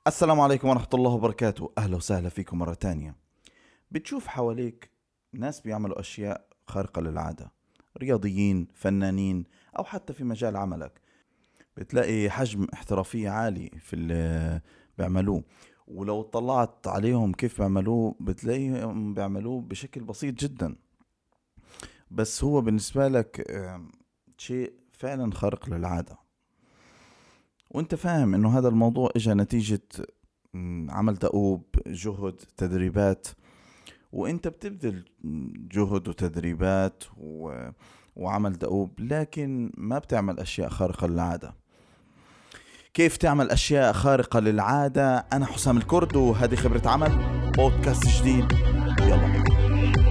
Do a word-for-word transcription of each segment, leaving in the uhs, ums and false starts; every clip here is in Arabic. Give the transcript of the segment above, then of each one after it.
السلام عليكم ورحمة الله وبركاته. أهلا وسهلا فيكم مرة تانية. بتشوف حواليك ناس بيعملوا أشياء خارقة للعادة، رياضيين، فنانين، أو حتى في مجال عملك. بتلاقي حجم احترافية عالي في اللي بيعملوه، ولو طلعت عليهم كيف بيعملوه بتلاقيهم بيعملوه بشكل بسيط جدا. بس هو بالنسبة لك آم، شيء فعلا خارق للعادة، وانت فاهم انه هذا الموضوع اجى نتيجة مم، عمل دؤوب، جهد، تدريبات. وانت بتبذل جهد وتدريبات و... وعمل دؤوب، لكن ما بتعمل اشياء خارقة للعادة. كيف تعمل اشياء خارقة للعادة؟ انا حسام الكرد، وهذه خبرة عمل، بودكاست جديد. يلا بينا.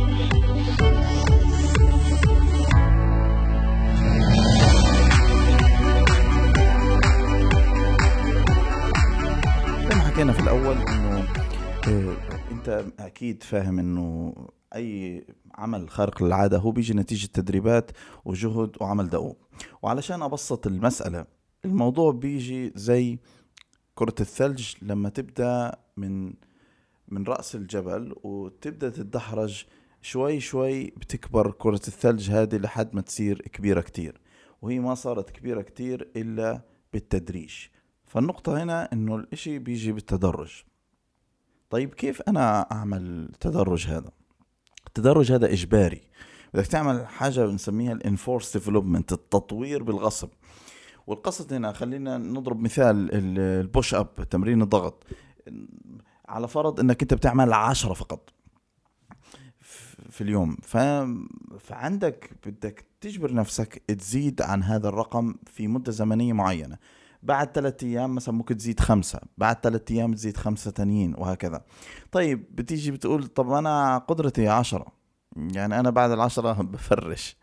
زي ما حكينا في الاول انه آه، انت اكيد فاهم انه اي عمل خارق للعادة هو بيجي نتيجة تدريبات وجهد وعمل دؤوب. وعلشان ابسط المسألة، الموضوع بيجي زي كرة الثلج لما تبدأ من من رأس الجبل وتبدأ تتدحرج شوي شوي، بتكبر كرة الثلج هذه لحد ما تصير كبيرة كتير، وهي ما صارت كبيرة كتير إلا بالتدريج. فالنقطة هنا إنه الإشي بيجي بالتدرج. طيب كيف أنا أعمل تدرج هذا؟ التدرج هذا إجباري. بدك تعمل حاجة بنسميها الانفورس ديفلوبمنت، التطوير بالغصب. والقصد هنا، خلينا نضرب مثال ال- البوش اب، تمرين الضغط. على فرض انك انت بتعمل عشرة فقط ف- في اليوم، ف... فعندك بدك تجبر نفسك تزيد عن هذا الرقم في مدة زمنية معينة. بعد ثلاثة أيام مثلا ممكن تزيد خمسة، بعد ثلاثة أيام تزيد خمسة تانيين، وهكذا. طيب بتيجي بتقول طب أنا قدرتي عشرة، يعني أنا بعد العشرة بفرش.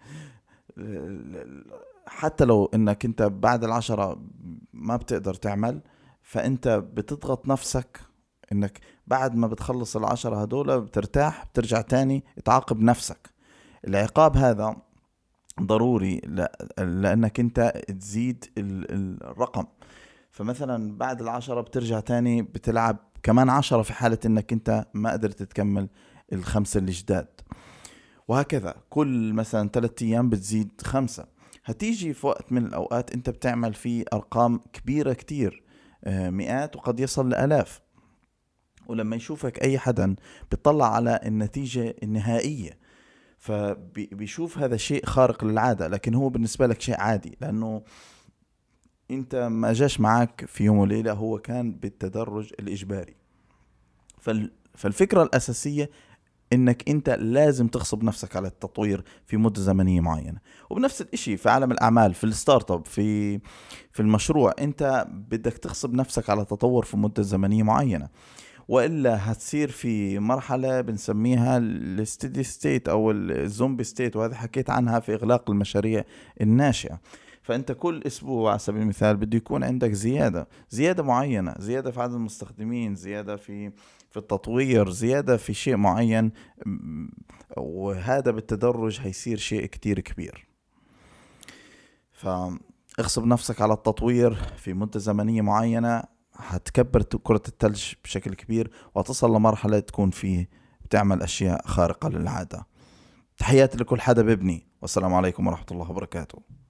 حتى لو انك انت بعد العشرة ما بتقدر تعمل، فانت بتضغط نفسك انك بعد ما بتخلص العشرة هدول بترتاح، بترجع تاني تعاقب نفسك. العقاب هذا ضروري ل- لانك انت تزيد ال- ال- الرقم. فمثلا بعد العشرة بترجع تاني بتلعب كمان عشرة في حالة انك انت ما قدرت تكمل الخمسة الجداد، وهكذا كل مثلا ثلاثة ايام بتزيد خمسة. هتيجي في وقت من الاوقات انت بتعمل فيه ارقام كبيرة كتير، آه، مئات وقد يصل لالاف. ولما يشوفك اي حدا بيطلع على النتيجة النهائية، فبيشوف هذا شيء خارق للعادة، لكن هو بالنسبة لك شيء عادي، لانه انت ما جاش معك في يوم وليلة، هو كان بالتدرج الاجباري. فال فالفكرة الأساسية انك انت لازم تغصب نفسك على التطوير في مدة زمنية معينة. وبنفس الاشي في عالم الاعمال، في الستارت اب، في في المشروع، انت بدك تغصب نفسك على تطور في مدة زمنية معينة، والا هتصير في مرحلة بنسميها الستيدي ستيت او الزومبي ستيت، وهذا حكيت عنها في اغلاق المشاريع الناشئة. فانت كل اسبوع على سبيل المثال بده يكون عندك زيادة زيادة معينة، زيادة في عدد المستخدمين، زيادة في في التطوير، زيادة في شيء معين. م- وهذا بالتدرج هيصير شيء كتير كبير. فاغصب نفسك على التطوير في مدة زمنية معينة، هتكبر ت- كرة الثلج بشكل كبير، وتصل لمرحلة تكون فيه بتعمل أشياء خارقة للعادة. تحياتي لكل حدا ببني، والسلام عليكم ورحمة الله وبركاته.